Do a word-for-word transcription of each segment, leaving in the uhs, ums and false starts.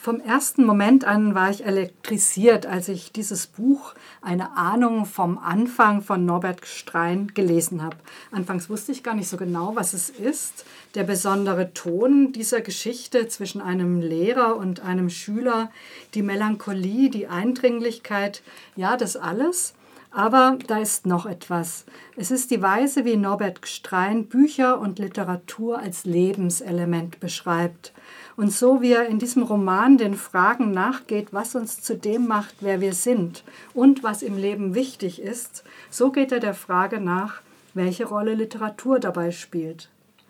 Vom ersten Moment an war ich elektrisiert, als ich dieses Buch Eine Ahnung vom Anfang von Norbert Gstrein gelesen habe. Anfangs wusste ich gar nicht so genau, was es ist. Der besondere Ton dieser Geschichte zwischen einem Lehrer und einem Schüler, die Melancholie, die Eindringlichkeit, ja, das alles. Aber da ist noch etwas. Es ist die Weise, wie Norbert Gstrein Bücher und Literatur als Lebenselement beschreibt. Und so wie er in diesem Roman den Fragen nachgeht, was uns zu dem macht, wer wir sind und was im Leben wichtig ist, so geht er der Frage nach, welche Rolle Literatur dabei spielt.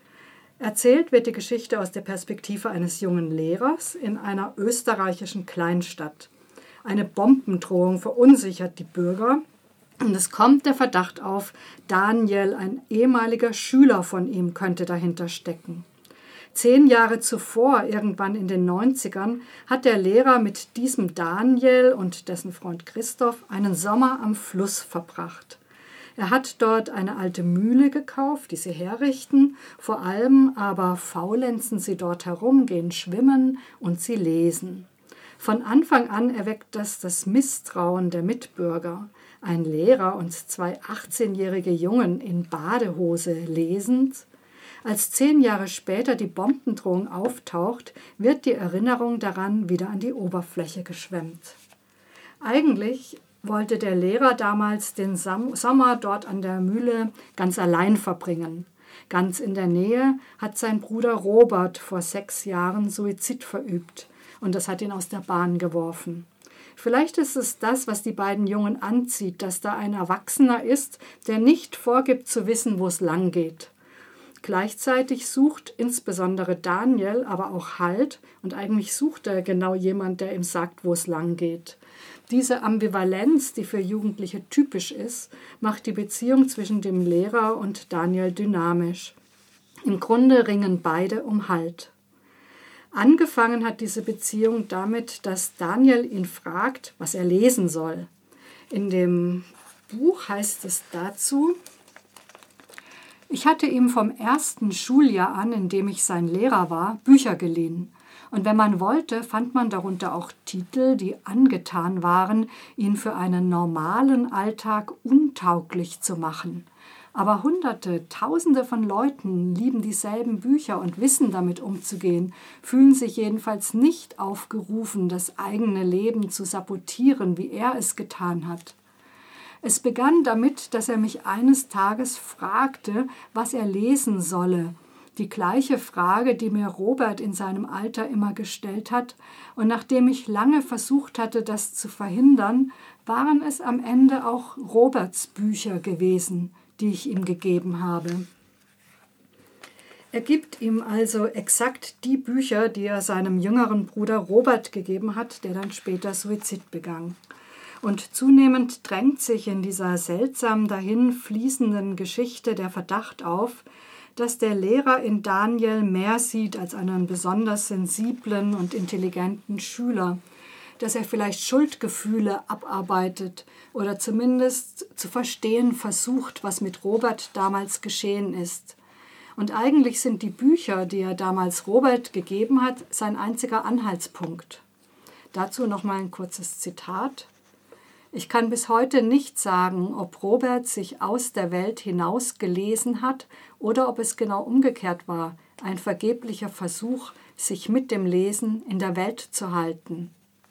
Erzählt wird die Geschichte aus der Perspektive eines jungen Lehrers in einer österreichischen Kleinstadt. Eine Bombendrohung verunsichert die Bürger. Und es kommt der Verdacht auf, Daniel, ein ehemaliger Schüler von ihm, könnte dahinter stecken. Zehn Jahre zuvor, irgendwann in den neunzigern, hat der Lehrer mit diesem Daniel und dessen Freund Christoph einen Sommer am Fluss verbracht. Er hat dort eine alte Mühle gekauft, die sie herrichten, vor allem aber faulenzen sie dort herum, gehen schwimmen und sie lesen. Von Anfang an erweckt das das Misstrauen der Mitbürger. Ein Lehrer und zwei achtzehnjährige Jungen in Badehose lesend. Als zehn Jahre später die Bombendrohung auftaucht, wird die Erinnerung daran wieder an die Oberfläche geschwemmt. Eigentlich wollte der Lehrer damals den Sommer dort an der Mühle ganz allein verbringen. Ganz in der Nähe hat sein Bruder Robert vor sechs Jahren Suizid verübt und das hat ihn aus der Bahn geworfen. Vielleicht ist es das, was die beiden Jungen anzieht, dass da ein Erwachsener ist, der nicht vorgibt zu wissen, wo es lang geht. Gleichzeitig sucht insbesondere Daniel aber auch Halt und eigentlich sucht er genau jemand, der ihm sagt, wo es lang geht. Diese Ambivalenz, die für Jugendliche typisch ist, macht die Beziehung zwischen dem Lehrer und Daniel dynamisch. Im Grunde ringen beide um Halt. Angefangen hat diese Beziehung damit, dass Daniel ihn fragt, was er lesen soll. In dem Buch heißt es dazu: Ich hatte ihm vom ersten Schuljahr an, in dem ich sein Lehrer war, Bücher geliehen. Und wenn man wollte, fand man darunter auch Titel, die angetan waren, ihn für einen normalen Alltag untauglich zu machen. Aber Hunderte, Tausende von Leuten lieben dieselben Bücher und wissen damit umzugehen, fühlen sich jedenfalls nicht aufgerufen, das eigene Leben zu sabotieren, wie er es getan hat. Es begann damit, dass er mich eines Tages fragte, was er lesen solle. Die gleiche Frage, die mir Robert in seinem Alter immer gestellt hat. Und nachdem ich lange versucht hatte, das zu verhindern, waren es am Ende auch Roberts Bücher gewesen, die ich ihm gegeben habe. Er gibt ihm also exakt die Bücher, die er seinem jüngeren Bruder Robert gegeben hat, der dann später Suizid begangen. Und zunehmend drängt sich in dieser seltsam dahin fließenden Geschichte der Verdacht auf, dass der Lehrer in Daniel mehr sieht als einen besonders sensiblen und intelligenten Schüler, dass er vielleicht Schuldgefühle abarbeitet oder zumindest zu verstehen versucht, was mit Robert damals geschehen ist. Und eigentlich sind die Bücher, die er damals Robert gegeben hat, sein einziger Anhaltspunkt. Dazu nochmal ein kurzes Zitat. Ich kann bis heute nicht sagen, ob Robert sich aus der Welt hinaus gelesen hat oder ob es genau umgekehrt war, ein vergeblicher Versuch, sich mit dem Lesen in der Welt zu halten.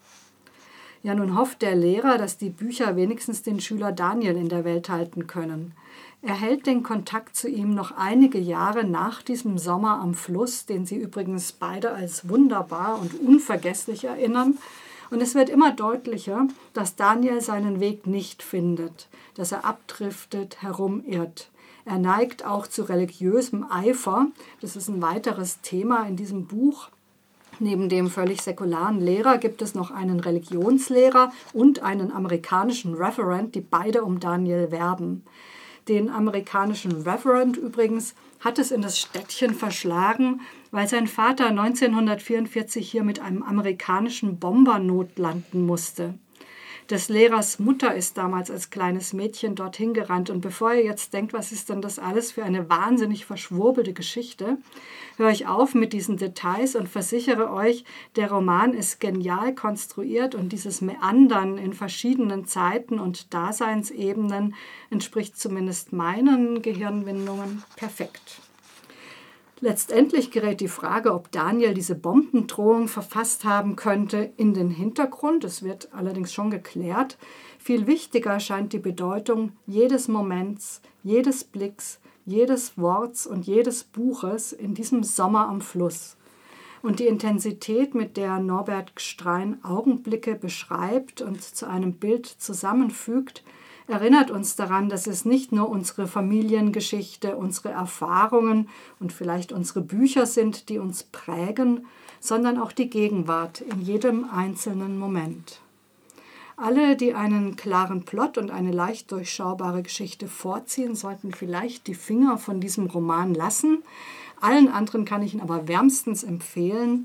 Ja, nun hofft der Lehrer, dass die Bücher wenigstens den Schüler Daniel in der Welt halten können. Er hält den Kontakt zu ihm noch einige Jahre nach diesem Sommer am Fluss, den sie übrigens beide als wunderbar und unvergesslich erinnern. Und es wird immer deutlicher, dass Daniel seinen Weg nicht findet, dass er abdriftet, herumirrt. Er neigt auch zu religiösem Eifer. Das ist ein weiteres Thema in diesem Buch. Neben dem völlig säkularen Lehrer gibt es noch einen Religionslehrer und einen amerikanischen Referent, die beide um Daniel werben. Den amerikanischen Referent übrigens hat es in das Städtchen verschlagen, weil sein Vater neunzehnhundertvierundvierzig hier mit einem amerikanischen Bomber notlanden musste. Des Lehrers Mutter ist damals als kleines Mädchen dorthin gerannt. Und bevor ihr jetzt denkt, was ist denn das alles für eine wahnsinnig verschwurbelte Geschichte, höre ich auf mit diesen Details und versichere euch, der Roman ist genial konstruiert und dieses Meandern in verschiedenen Zeiten und Daseinsebenen entspricht zumindest meinen Gehirnwindungen perfekt. Letztendlich gerät die Frage, ob Daniel diese Bombendrohung verfasst haben könnte, in den Hintergrund. Es wird allerdings schon geklärt. Viel wichtiger scheint die Bedeutung jedes Moments, jedes Blicks, jedes Worts und jedes Buches in diesem Sommer am Fluss. Und die Intensität, mit der Norbert Gstrein Augenblicke beschreibt und zu einem Bild zusammenfügt, erinnert uns daran, dass es nicht nur unsere Familiengeschichte, unsere Erfahrungen und vielleicht unsere Bücher sind, die uns prägen, sondern auch die Gegenwart in jedem einzelnen Moment. Alle, die einen klaren Plot und eine leicht durchschaubare Geschichte vorziehen, sollten vielleicht die Finger von diesem Roman lassen. Allen anderen kann ich ihn aber wärmstens empfehlen.